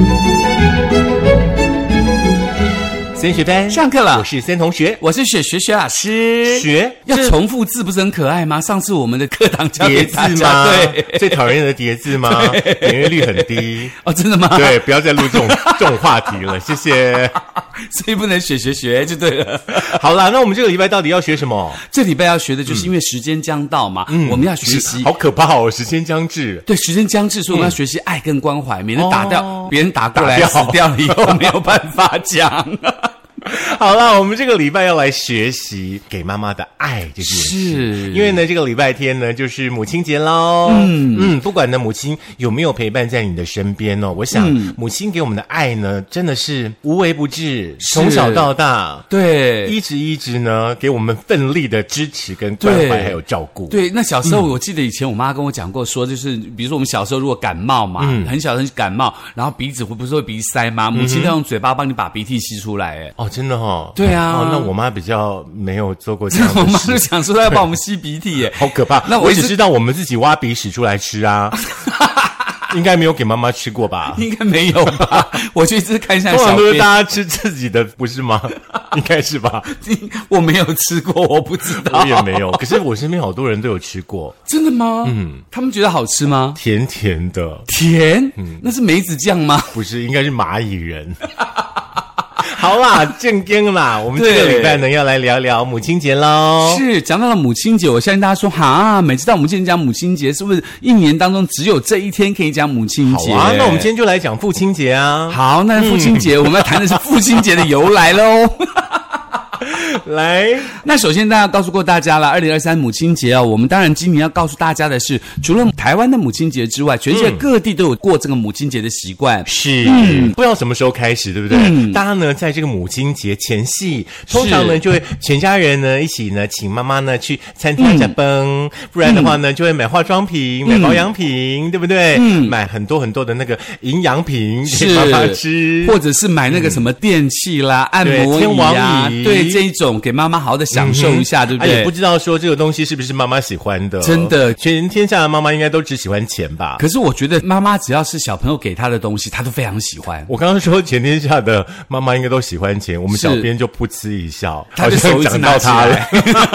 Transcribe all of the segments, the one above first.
森学班上课了， 我是森同学， 我是雪老师。 学要重复字不是很可爱吗？上次我们的课堂教给大家， 叠字吗？ 对， 最讨厌的叠字吗？点阅率很低哦，真的吗？ 对，不要再录这种话题了，谢谢。 所以不能学就对了。 好啦，那我们这个礼拜到底要学什么？ 这礼拜要学的就是因为时间将到嘛，我们要学习。 好可怕哦，时间将至。 对，时间将至，所以我们要学习爱跟关怀，免得打掉别人打过来死掉了以后没有办法讲。 好啦，我们这个礼拜要来学习给妈妈的爱这件事。 是， 因为呢，这个礼拜天呢就是母亲节咯。不管呢母亲有没有陪伴在你的身边哦，我想母亲给我们的爱呢真的是无微不至，从小到大， 对， 一直呢给我们奋力的支持跟关怀还有照顾。 对，那小时候我记得以前我妈跟我讲过说，就是比如说我们小时候如果感冒嘛，很小的感冒，然后鼻子不是会鼻塞吗？母亲要用嘴巴帮你把鼻涕吸出来。 哦，真的哦。 对啊。 那我妈比较没有做过这样的事。 我妈就想说她要帮我们吸鼻涕耶， 好可怕。 那我只知道我们自己挖鼻屎出来吃啊。应该没有给妈妈吃过吧？ 应该没有吧？我就一直看一下小编， 通常都是大家吃自己的，不是吗？应该是吧？ 我没有吃过，我不知道。 我也没有，可是我身边好多人都有吃过。 真的吗？他们觉得好吃吗？ 甜甜的。 甜？那是梅子酱吗？ 不是，应该是蚂蚁人。好啦，正经啦，我们这个礼拜呢要来聊聊母亲节咯。 是，讲到了母亲节，我相信大家说哈，每次到我们今天讲母亲节，是不是一年当中只有这一天可以讲母亲节？ 好啊，那我们今天就来讲父亲节啊。 好，那父亲节我们要谈的是父亲节的由来咯。 来， 那首先大家告诉过大家了，2023母亲节我们当然今年要告诉大家的是，除了台湾的母亲节之外，全世界各地都有过这个母亲节的习惯。 是，不知道什么时候开始，对不对？大家呢在这个母亲节前夕，通常呢就会全家人呢一起呢请妈妈呢去餐厅吃饭，不然的话呢就会买化妆品、买保养品，对不对？买很多很多的那个营养品给妈妈吃， 或者是买那个什么电器啦、按摩椅啊，对这一种给妈妈好好的享受一下，对不对？ 也不知道说这个东西是不是妈妈喜欢的， 真的， 全天下的妈妈应该都只喜欢钱吧？ 可是我觉得妈妈只要是小朋友给她的东西，她都非常喜欢。 我刚刚说全天下的妈妈应该都喜欢钱，我们小编就噗嗤一笑， 他就手一直拿起来。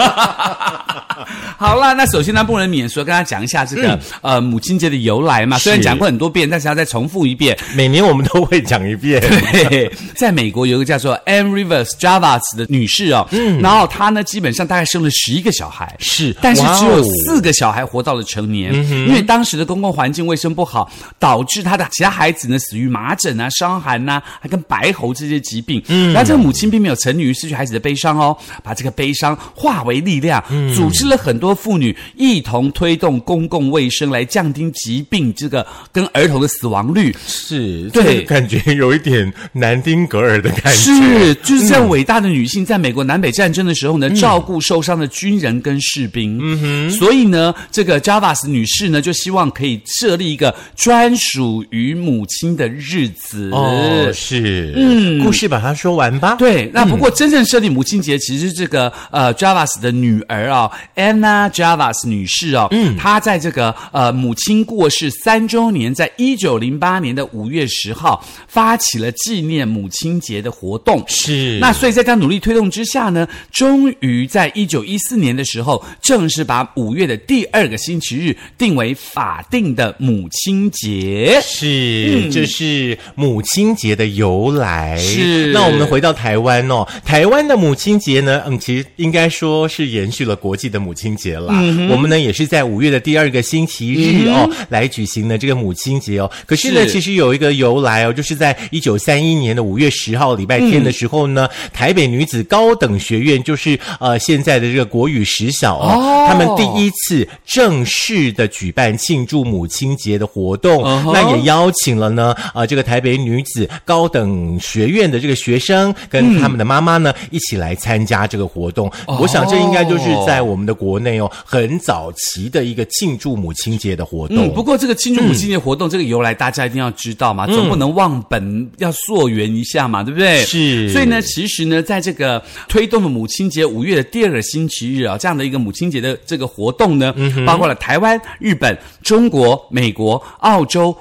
好啦，那首先呢，不能免说跟他讲一下这个母亲节的由来嘛。虽然讲过很多遍，但是要再重复一遍。 每年我们都会讲一遍。 对，在美国有一个叫做 Anne Rivers Javas 的女士哦，然后她呢基本上大概生了11个小孩， 是， 但是只有4个小孩活到了成年，因为当时的公共环境卫生不好，导致她的其他孩子呢死于麻疹啊、伤寒啊，还跟白喉这些疾病。然后这个母亲并没有沉溺于失去孩子的悲伤哦，把这个悲伤化为力量，组织了很多妇女一同推动公共卫生来降低疾病这个跟儿童的死亡率。 是， 对， 感觉有一点南丁格尔的感觉。 是，就是这样伟大的女性在美国南北战争的时候呢，照顾受伤的军人跟士兵。所以呢，这个 Javas 女士呢就希望可以设立一个专属于母亲的日子。 哦，是，故事把它说完吧。 对，那不过真正设立母亲节其实是这个Javas 的女儿Anna Javas 女士她在这个母亲过世3周年，在1908年的5月10号发起了纪念母亲节的活动。 是， 那所以在她努力推动之下呢，终于在1914年的时候，正式把5月的第2个星期日定为法定的母亲节。 是，这是母亲节的由来。 是， 那我们回到台湾台湾的母亲节呢，其实应该说是延续了国际的母亲节啦。我们呢也是在5月的第2个星期日来举行的这个母亲节可是呢，其实有一个由来就是在1931年的5月10号礼拜天的时候呢，台北女子高等学院就是现在的这个国语实小他们第一次正式的举办庆祝母亲节的活动。那也邀请了呢这个台北女子高等学院的这个学生跟他们的妈妈呢一起来参加这个活动。我想这应该就是在我们的国内很早期的一个庆祝母亲节的活动。 不过这个庆祝母亲节活动这个由来大家一定要知道嘛，总不能忘本，要溯源一下嘛，对不对？ 是。 所以呢，其实呢，在这个推动的母亲节5月的第2个星期日这样的一个母亲节的这个活动呢，包括了台湾、日本、中国、美国、澳洲、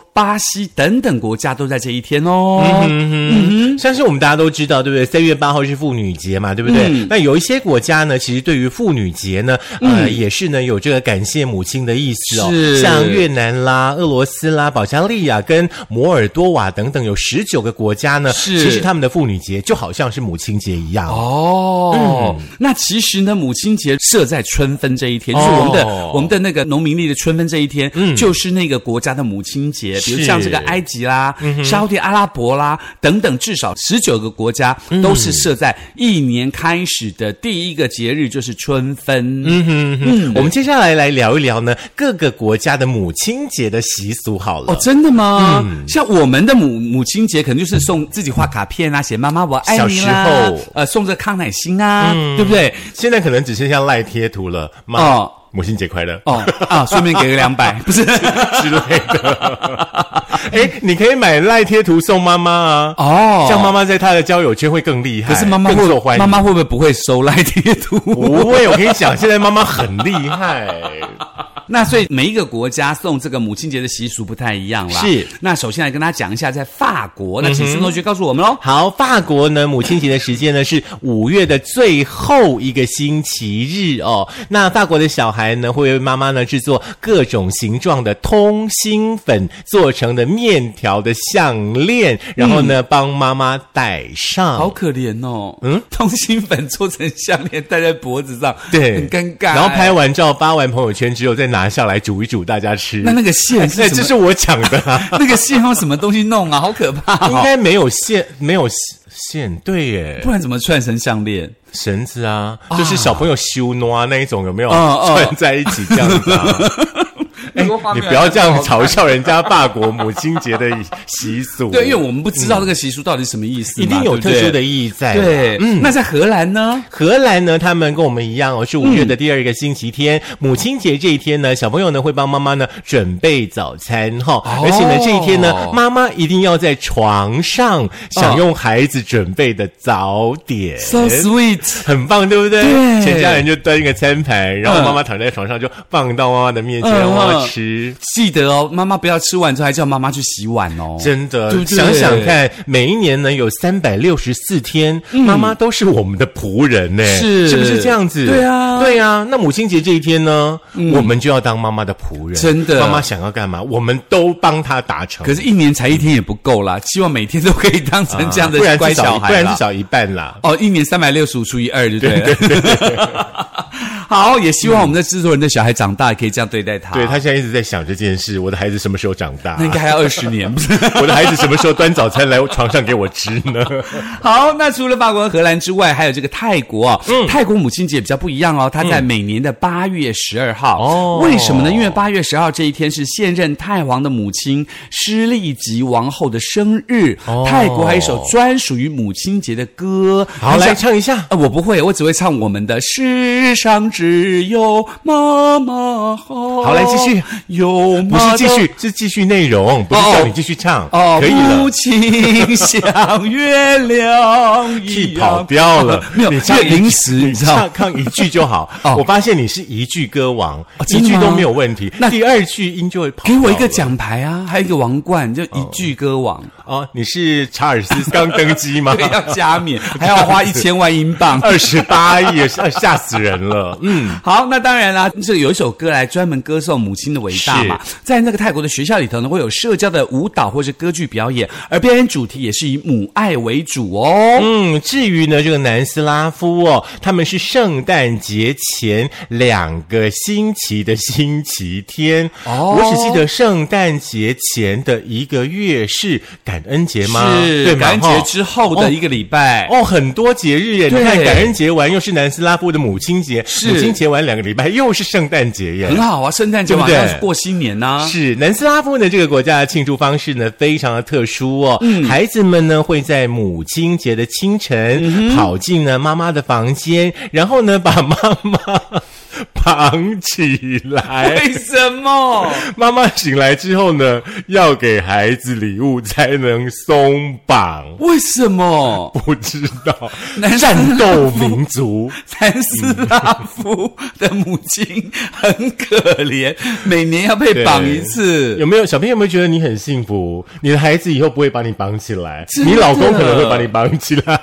巴西等等国家都在这一天哦。 像是我们大家都知道，对不对？3月8号是妇女节嘛，对不对？那有一些国家呢，其实对于妇女节呢，也是呢有这个感谢母亲的意思哦。像越南啦、俄罗斯啦、保加利亚跟摩尔多瓦等等，有19个国家呢，其实他们的妇女节就好像是母亲节一样哦。那其实呢，母亲节设在春分这一天，就是我们的那个农民历的春分这一天，就是那个国家的母亲节。比如像这个埃及啦、沙特阿拉伯啦等等，至少19个国家都是设在一年开始的第一个节日，就是春分。 我们接下来来聊一聊呢各个国家的母亲节的习俗好了。 哦，真的吗？像我们的母亲节可能就是送自己画卡片啊，写妈妈我爱你啦， 小时候送这康乃馨啊，对不对？ 现在可能只剩下赖贴图了。母亲节快乐顺便给个200，不是之类的。你可以买赖贴图送妈妈啊。这样妈妈在她的交友圈会更厉害。 可是妈妈会不会收赖贴图？ 不会，我跟你讲，现在妈妈很厉害。 那所以每一个国家送这个母亲节的习俗不太一样啦。 是， 那首先来跟大家讲一下，在法国，那请孙同学告诉我们咯。 好，法国呢，母亲节的时间呢是5月的最后一个星期日哦。那法国的小孩呢，会为妈妈呢制作各种形状的通心粉做成的面条的项链，然后呢帮妈妈戴上。 好可怜哦，通心粉做成项链戴在脖子上， 对， 很尴尬。 然后拍完照发完朋友圈之后再拿下来煮一煮，大家吃。 那个线是什么？ 这是我讲的啊。 那个线用什么东西弄啊？好可怕应该没有线，对耶。 不然怎么串成项链？ 绳子啊，就是小朋友修诺那一种，有没有串在一起这样子啊？你不要这样嘲笑人家法国母亲节的习俗。 对，因为我们不知道这个习俗到底是什么意思嘛， 一定有特殊的意义在。 对，那在荷兰呢？ 荷兰呢，他们跟我们一样是5月的第2个星期天，母亲节这一天呢，小朋友呢会帮妈妈呢准备早餐而且呢这一天呢，妈妈一定要在床上享用孩子准备的早点。 So sweet， 很棒，对不对？ 对， 全家人就端一个餐盘，然后妈妈躺在床上就放到妈妈的面前，让妈妈吃。 记得哦，妈妈不要吃完之后还叫妈妈去洗碗哦。 真的， 对不对？ 想想看，每一年呢有364天，妈妈都是我们的仆人呢，是不是这样子？ 对啊。 那母亲节这一天呢，我们就要当妈妈的仆人。 真的， 妈妈想要干嘛，我们都帮她达成。 可是1年才1天也不够啦，希望每天都可以当成这样的乖小孩， 不然至少一半啦。 1年365除以2，对不对？对。好，也希望我们的制作人的小孩长大可以这样对待他。 对，他现在一直在想这件事，我的孩子什么时候长大？ 那应该还要20年，不是？ 我的孩子什么时候端早餐来床上给我吃呢？ 好，那除了法国和荷兰之外，还有这个泰国啊。泰国母亲节比较不一样哦，它在每年的8月12号。为什么呢？因为8月10号这一天是现任泰皇的母亲施利吉王后的生日。泰国还有一首专属于母亲节的歌， 好，来唱一下。 我不会，我只会唱我们的世上只有妈妈好。 好，来继续。 有不是继续，是继续内容，不是叫你继续唱。可以了。 母亲像月亮一样。 跑掉了， 没有，你唱临时，你知道， 唱一句就好。我发现你是一句歌王，一句都没有问题。那第2句音就会跑掉了。 给我一个奖牌啊，还有一个王冠，就一句歌王。 你是查尔斯刚登基吗？ 对，要加冕，还要花1000万英镑 ，28亿，吓死人了。 好，那当然啦，这有一首歌来专门歌颂母亲的伟大嘛。在那个泰国的学校里头呢，会有社交的舞蹈或是歌剧表演，而表演主题也是以母爱为主哦。 至于呢，这个南斯拉夫他们是圣诞节前2个星期的星期天。我只记得圣诞节前的1个月是感恩节吗？ 是，对，感恩节之后的1个礼拜。 很多节日耶！你看，感恩节完又是南斯拉夫的母亲节，母亲节完2个礼拜又是圣诞节耶， 很好啊！圣诞节晚上是过新年啊。 是南斯拉夫呢，这个国家的庆祝方式呢非常的特殊哦。孩子们呢会在母亲节的清晨跑进呢妈妈的房间，然后呢把妈妈绑起来。 为什么？ 妈妈醒来之后呢，要给孩子礼物才能松绑。 为什么？ 不知道。 南战斗民族。 南斯拉夫的母亲很可怜，每年要被绑一次。 有没有小朋友有没有觉得你很幸福？你的孩子以后不会把你绑起来，你老公可能会把你绑起来。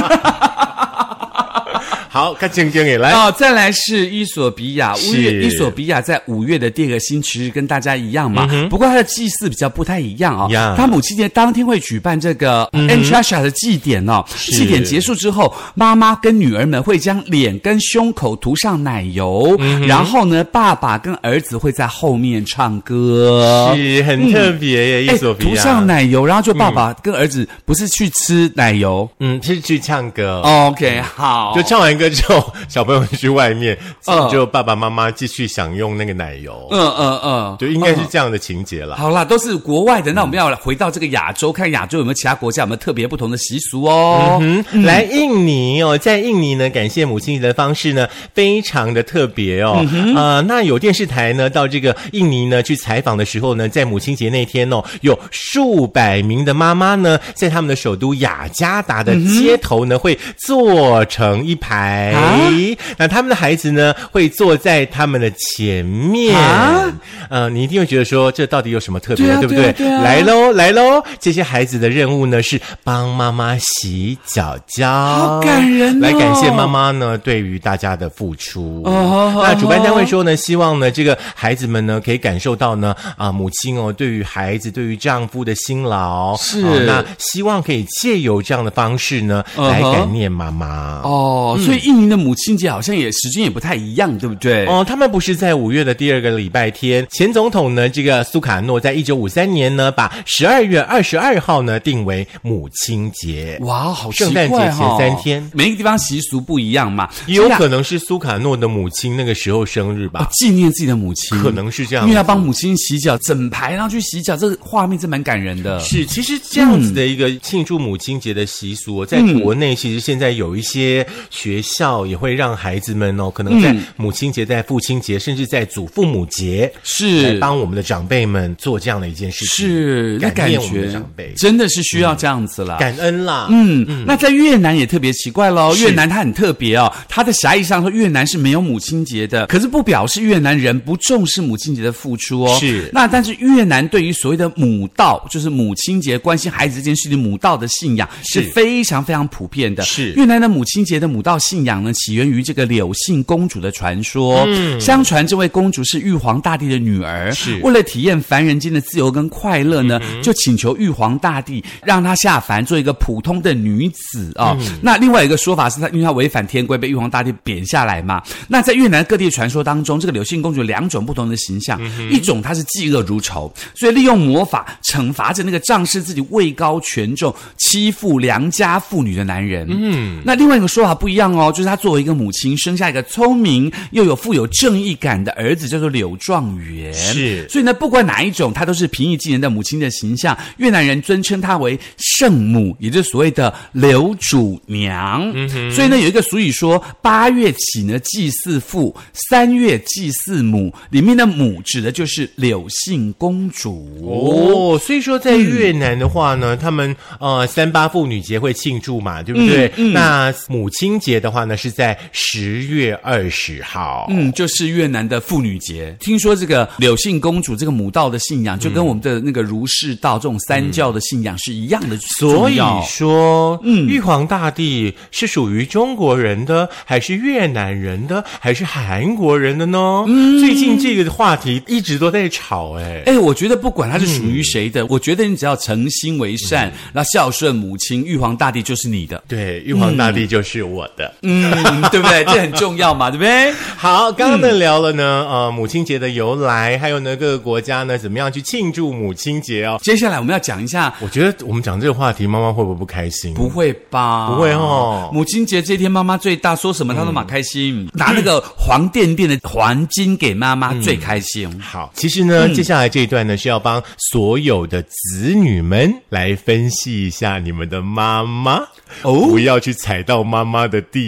好，看正经也来再来是伊索比亚。伊索比亚在5月的第2个星期日跟大家一样嘛，不过他的祭祀比较不太一样他母亲节当天会举办这个 Enchasha 的祭典祭典结束之后，妈妈跟女儿们会将脸跟胸口涂上奶油，然后呢，爸爸跟儿子会在后面唱歌， 是很特别耶。伊索比亚涂上奶油，然后就爸爸跟儿子不是去吃奶油， 是去唱歌。 OK， 好， 就唱完歌之后，小朋友去外面，就爸爸妈妈继续享用那个奶油。就应该是这样的情节啦。 好啦，都是国外的，那我们要回到这个亚洲，看亚洲有没有其他国家有没有特别不同的习俗来印尼在印尼呢，感谢母亲节的方式呢，非常的特别那有电视台呢到这个印尼呢去采访的时候呢，在母亲节那天有数百名的妈妈呢，在他们的首都雅加达的街头呢，会坐成一排。那他们的孩子呢，会坐在他们的前面。你一定会觉得说，这到底有什么特别的，对不对？来喽！这些孩子的任务呢，是帮妈妈洗脚脚， 好感人来感谢妈妈呢对于大家的付出。那主办单位说呢，希望呢这个孩子们呢可以感受到呢母亲对于孩子、对于丈夫的辛劳， 是那希望可以借由这样的方式呢来感念妈妈。 所以印尼的母亲节好像时间也不太一样，对不对？ 他们不是在5月的第2个礼拜天。前总统呢，这个苏卡诺在1953年呢，把12月22号呢定为母亲节。 哇，好奇怪圣诞节前3天， 每一个地方习俗不一样嘛， 也有可能是苏卡诺的母亲那个时候生日吧， 纪念自己的母亲， 可能是这样， 因为要帮母亲洗脚，整排然后去洗脚，这个画面真蛮感人的。 是，其实这样子的一个庆祝母亲节的习俗，在国内其实现在有一些学校也会让孩子们可能在母亲节、在父亲节，甚至在祖父母节， 是来帮我们的长辈们做这样的一件事情， 是感念我们的长辈， 真的是需要这样子啦， 感恩啦。 那在越南也特别奇怪咯，越南它很特别它的狭义上说越南是没有母亲节的，可是不表示越南人不重视母亲节的付出是， 那但是越南对于所谓的母道，就是母亲节关心孩子这件事情，母道的信仰是非常非常普遍的。 是， 越南的母亲节的母道信仰呢，起源于这个柳姓公主的传说。相传这位公主是玉皇大帝的女儿，是为了体验凡人间的自由跟快乐呢，就请求玉皇大帝让她下凡做一个普通的女子那另外一个说法是因为她违反天规被玉皇大帝贬下来嘛。那在越南各地传说当中，这个柳姓公主有2种不同的形象，一种她是嫉恶如仇，所以利用魔法惩罚着那个仗势自己位高权重、欺负良家妇女的男人。那另外一个说法不一样就是她作为一个母亲，生下一个聪明又有富有正义感的儿子，叫做柳状元。 是， 所以呢，不管哪一种，她都是平易近人的母亲的形象。越南人尊称她为圣母，也就是所谓的柳主娘。所以呢，有一个俗语说，8月起呢祭祀父，3月祭祀母，里面的母指的就是柳姓公主。 所以说在越南的话呢，他们38妇女节会庆祝嘛，对不对？那母亲节的话呢，是在10月20号。 就是越南的妇女节。听说这个柳姓公主这个母道的信仰，就跟我们的那个儒释道这种三教的信仰是一样的重要。 所以说，玉皇大帝是属于中国人的，还是越南人的，还是韩国人的呢？最近这个话题一直都在吵。 我觉得不管他是属于谁的，我觉得你只要诚心为善，然后孝顺母亲，玉皇大帝就是你的。 对，玉皇大帝就是我的。 对不对？这很重要嘛，对不对？ 好，刚刚呢聊了呢母亲节的由来，还有呢各个国家呢怎么样去庆祝母亲节接下来我们要讲一下， 我觉得我们讲这个话题，妈妈会不会不开心？ 不会吧？ 不会母亲节这天妈妈最大，说什么她都蛮开心，拿那个黄垫垫的黄金给妈妈最开心。 好，其实呢接下来这一段呢是要帮所有的子女们来分析一下你们的妈妈不要去踩到妈妈的地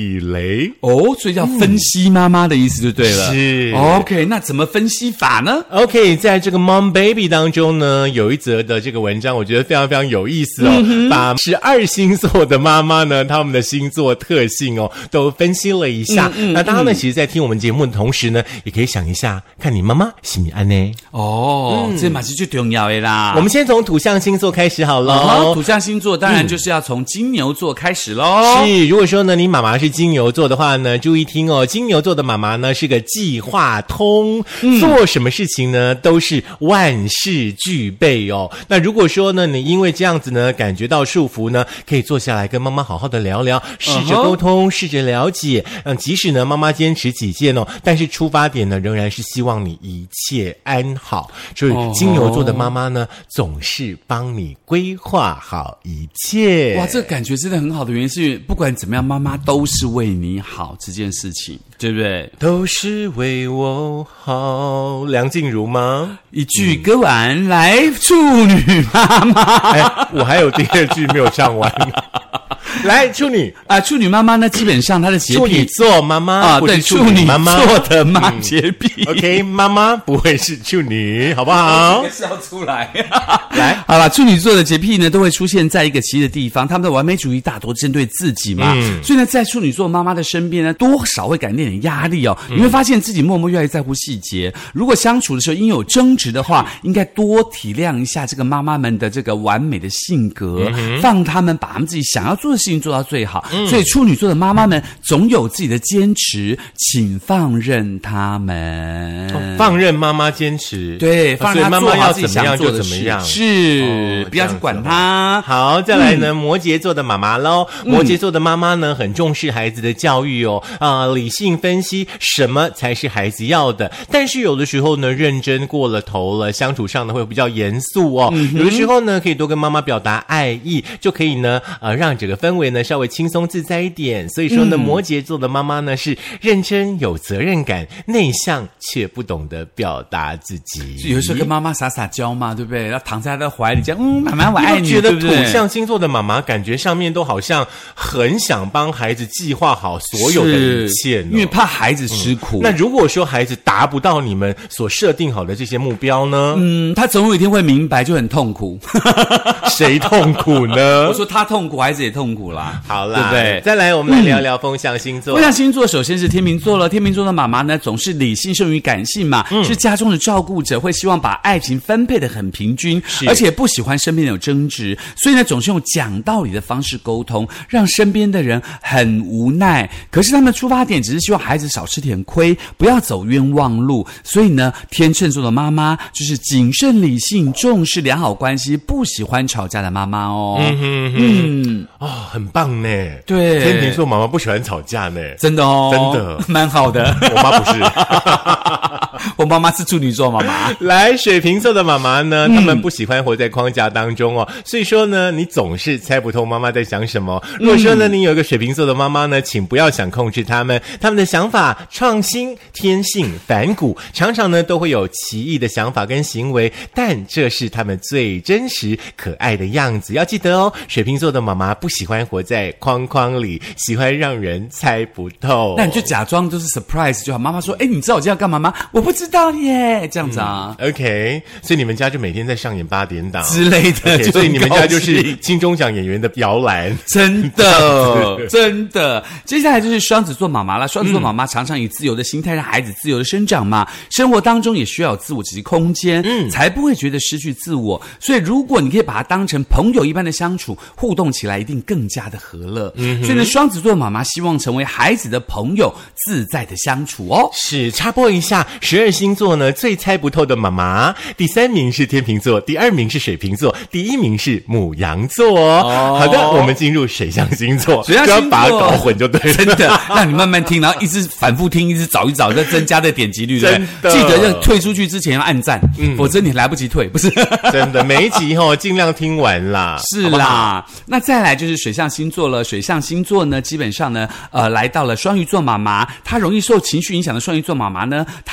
地雷。 所以要分析妈妈的意思就对了。 是 OK， 那怎么分析法呢 ？OK， 在这个 Mom Baby 当中呢，有一则的这个文章，我觉得非常非常有意思哦，把12星座的妈妈呢，他们的星座特性哦，都分析了一下。那大家呢，其实在听我们节目的同时呢，也可以想一下，看你妈妈是不是安呢？ 这嘛是最重要的啦。 我们先从土象星座开始好了。 土象星座当然就是要从金牛座开始咯。 是，如果说呢，你妈妈是金牛座的话呢，注意听哦，金牛座的妈妈呢是个计划通，做什么事情呢都是万事俱备哦。那如果说呢，你因为这样子呢感觉到束缚呢，可以坐下来跟妈妈好好的聊聊，试着沟通，试着了解。即使呢妈妈坚持己见哦，但是出发点呢仍然是希望你一切安好。所以金牛座的妈妈呢，总是帮你规划好一切。 哇，这个感觉真的很好的原因是，不管怎么样，妈妈都是为你好这件事情，对不对？ 都是为我好。梁静茹吗？ 一句歌完来，处女妈妈。 我还有第二句没有唱完。来，处女处女妈妈呢，基本上她的洁癖， 处女座妈妈对，处女妈妈座的洁癖。 OK， 妈妈不会是处女，好不好？ 笑出来。 来， 好了，处女座的洁癖呢，都会出现在一个奇异的地方。他们的完美主义大多针对自己嘛，所以呢，在处女座妈妈的身边呢，多少会感觉点压力哦。你会发现自己默默越来越在乎细节。如果相处的时候因有争执的话，应该多体谅一下这个妈妈们的这个完美的性格，放他们把他们自己想要做的事情做到最好。所以处女座的妈妈们总有自己的坚持，请放任他们。 放任妈妈坚持， 对，放任她做好自己想做的事， 是不要去管她。 好，再来呢，摩羯座的妈妈咯。摩羯座的妈妈呢，很重视孩子的教育哦，理性分析什么才是孩子要的，但是有的时候呢，认真过了头了，相处上呢会比较严肃哦。有的时候呢，可以多跟妈妈表达爱意，就可以呢，让整个氛围呢稍微轻松自在一点。所以说呢，摩羯座的妈妈呢是认真有责任感，内向却不懂得表达自己。 有时候跟妈妈撒撒娇嘛，对不对？要躺在她的怀里讲，妈妈我爱你。 觉得土象星座的妈妈感觉上面都好像很想帮孩子计划好所有的一切， 因为怕孩子吃苦。 那如果说孩子达不到你们所设定好的这些目标呢？ 他总有一天会明白，就很痛苦。 谁痛苦呢？ 我说他痛苦，孩子也痛苦啦。 好啦， 对不对？ 再来，我们来聊聊风象星座。 风象星座首先是天秤座了。天秤座的妈妈呢，总是理性胜于感性嘛，是家中的照顾者，会希望把爱情分配得很平均，而且不喜欢身边有争执，所以呢，总是用讲道理的方式沟通，让身边的人很无奈。可是他们的出发点只是希望孩子少吃点亏，不要走冤枉路。所以呢，天秤座的妈妈就是谨慎理性，重视良好关系，不喜欢吵架的妈妈哦。 很棒呢。 对， 天秤座妈妈不喜欢吵架呢， 真的哦， 真的蛮好的。 我妈不是。 我妈妈是处女座妈妈。 来，水瓶座的妈妈呢，他们不喜欢活在框架当中哦，所以说呢，你总是猜不透妈妈在想什么。如果说呢，你有一个水瓶座的妈妈呢，请不要想控制他们的想法创新、天性反骨，常常呢都会有奇异的想法跟行为，但这是他们最真实可爱的样子。要记得哦，水瓶座的妈妈不喜欢活在框框里，喜欢让人猜不透。 那你就假装就是 surprise 就好。妈妈说：“你知道我今天要干嘛吗？我不知道耶。”这样子啊。 OK， 所以你们家就每天在上演8点档之类的， 所以你们家就是金钟奖演员的摇篮， 真的真的。接下来就是双子座妈妈了。双子座妈妈常常以自由的心态让孩子自由的生长嘛，生活当中也需要有自我及空间，才不会觉得失去自我。所以如果你可以把它当成朋友一般的相处，互动起来一定更加的和乐。所以呢，双子座妈妈希望成为孩子的朋友，自在的相处哦。 是，插播一下，12星座呢最猜不透的妈妈，第3名是天秤座，第2名是水瓶座，第1名是牡羊座哦。好的，我们进入水象星座， 水象星座不要把它搞混就对了。 真的，让你慢慢听，然后一直反复听，一直找一找，再增加的点击率，对不对？记得要退出去之前要按赞，否则你来不及退，不是？ 真的，每一集尽量听完啦。 是啦，好好。那再来就是水象星座了。水象星座呢，基本上呢，来到了双鱼座妈妈，她容易受情绪影响的双鱼座妈妈呢，她基本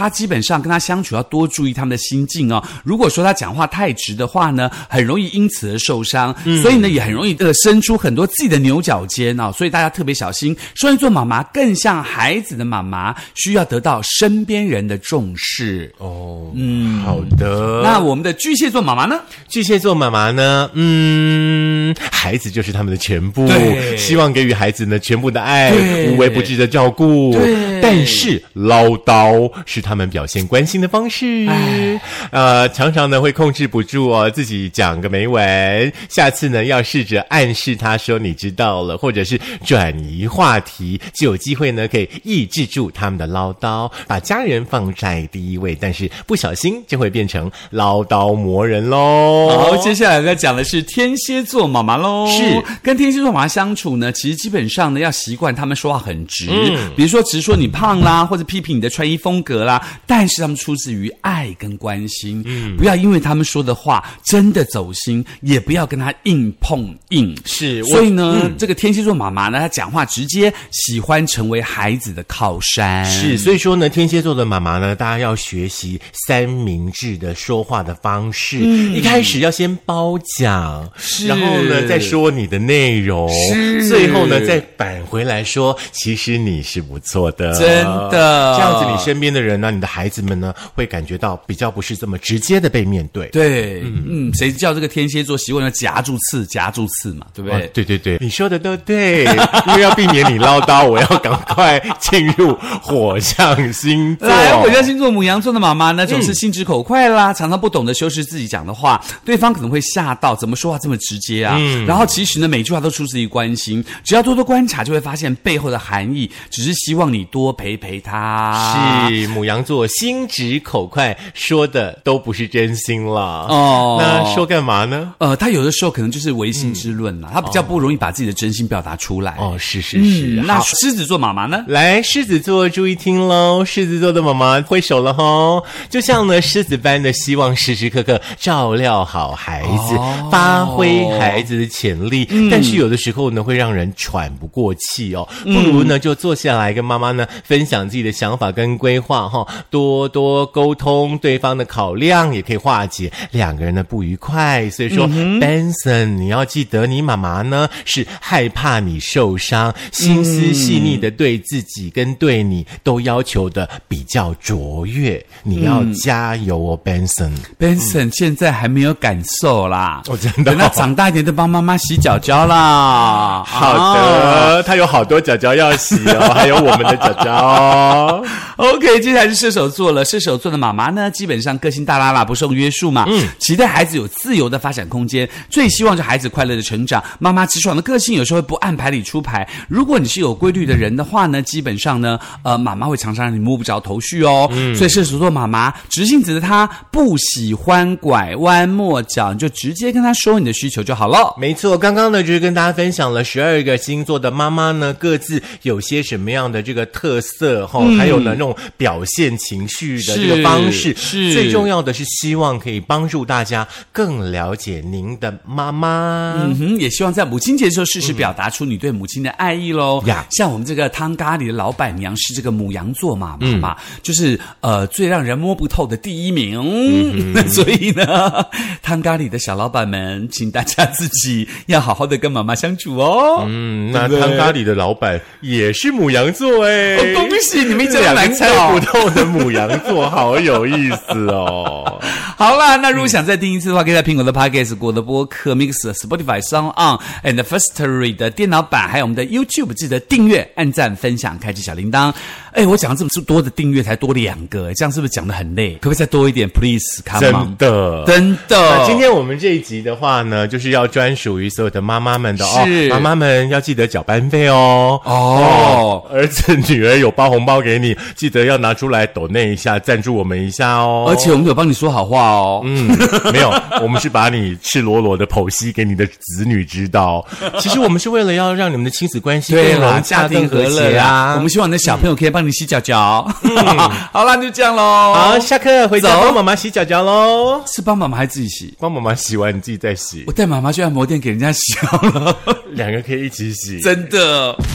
上跟他相处要多注意他们的心境哦。如果说他讲话太直的话呢，很容易因此而受伤，所以呢也很容易生出很多自己的牛角尖哦。所以大家特别小心，双鱼座妈妈更像孩子的妈妈，需要得到身边人的重视哦。好的。 那我们的巨蟹座妈妈呢？ 巨蟹座妈妈呢，孩子就是他们的全部，希望给予孩子呢全部的爱，无微不至的照顾。但是唠叨是他们表现关心的方式，常常呢会控制不住哦，自己讲个没完。下次呢要试着暗示他说你知道了，或者是转移话题，就有机会呢可以抑制住他们的唠叨，把家人放在第一位，但是不小心就会变成唠叨魔人咯。 好，接下来要讲的是天蝎座妈妈咯。 是跟天蝎座妈妈相处呢，其实基本上呢要习惯他们说话很直，比如说直说你胖啦，或者批评你的穿衣风格啦，但是他们出自于爱跟关心，不要因为他们说的话真的走心，也不要跟他硬碰硬。 是， 所以呢，这个天蝎座妈妈呢，她讲话直接，喜欢成为孩子的靠山。 是，所以说呢，天蝎座的妈妈呢，大家要学习三明治的说话的方式。一开始要先褒奖，然后呢再说你的内容，最后呢再返回来说，其实你是不错的， 真的。 这样子，你身边的人呢，你的孩子们呢，会感觉到比较不是这么直接的被面对。 对，谁叫这个天蝎座习惯了夹住刺嘛，对不对？ 对对对，你说的都对，因为要避免你唠叨，我要赶快进入火象星座。 来，火象星座牡羊座的妈妈呢，总是心直口快啦，常常不懂得修饰自己讲的话，对方可能会吓到，怎么说话这么直接啊？然后其实呢，每句话都出自于关心，只要多多观察，就会发现背后的含义，只是希望你多陪陪他。 是，牡羊座心直口快，说的都不是真心了哦。那说干嘛呢？ 他有的时候可能就是唯心之论啦，他比较不容易把自己的真心表达出来。 哦，是。 那狮子座妈妈呢？ 来，狮子座注意听咯，狮子座的妈妈挥手了吼，就像呢狮子般的希望时时刻刻照料好孩子，发挥孩子的潜力，但是有的时候呢会让人喘不过气哦。不如呢就坐下来跟妈妈呢分享自己的想法跟规划哈，多多沟通对方的考量，也可以化解两个人的不愉快。所以说，Benson， 你要记得，你妈妈呢是害怕你受伤，心思细腻的对自己跟对你都要求的比较卓越，你要加油哦 ，Benson。Benson 现在还没有感受啦， 真的。 等他长大一点，就帮妈妈洗脚脚啦。 好的，他有好多脚脚要洗哦，还有我们的脚脚哦。 OK， 接下来是射手座了。射手座的妈妈呢，基本上个性大啦啦，不受约束嘛，期待孩子有自由的发展空间，最希望是孩子快乐的成长。妈妈直爽的个性有时候会不按牌理出牌，如果你是有规律的人的话呢，基本上呢，妈妈会常常让你摸不着头绪哦。所以射手座妈妈直性子的她不喜欢拐弯抹角，你就直接跟她说你的需求就好了。 没错，刚刚呢就是跟大家分享了12个星座的妈妈呢，各自有些什么样的这个特色哈，还有呢那种表现情绪的这个方式。是最重要的是希望可以帮助大家更了解您的妈妈。 也希望在母亲节的时候适时表达出你对母亲的爱意咯。像我们这个汤咖喱的老板娘是这个牡羊座嘛，妈妈就是最让人摸不透的第一名。所以呢，汤咖喱的小老板们，请大家自己要好好的跟妈妈相处哦。 那汤咖喱的老板也是牡羊座哎， 恭喜你们两个猜不透的牡羊座，好有意思哦。 好啦，那如果想再听一次的话，可以在苹果的 Podcast、果的播客、Mixer、Spotify、SoundOn and Firstory 的电脑版，还有我们的 YouTube， 记得订阅、按赞、分享、开启小铃铛。我讲这么多的订阅才多2个，这样是不是讲得很累？可不可以再多一点 ？Please， come on！ 真的。 那今天我们这一集的话呢，就是要专属于所有的妈妈们的哦。妈妈们要记得缴班费哦。儿子女儿有包红包给你，记得要拿出来抖内一下，赞助我们一下哦。 而且我们有帮你说好话哦。 没有，我们是把你赤裸裸的剖析给你的子女知道。其实我们是为了要让你们的亲子关系更融洽、更和谐啊。 我们希望你的小朋友可以帮你洗脚脚。好啦，就这样咯。 好，下课回家帮妈妈洗脚脚咯。 是帮妈妈还是自己洗？ 帮妈妈洗完你自己再洗。 我带妈妈去按摩店给人家洗好了。 2个可以一起洗。 真的。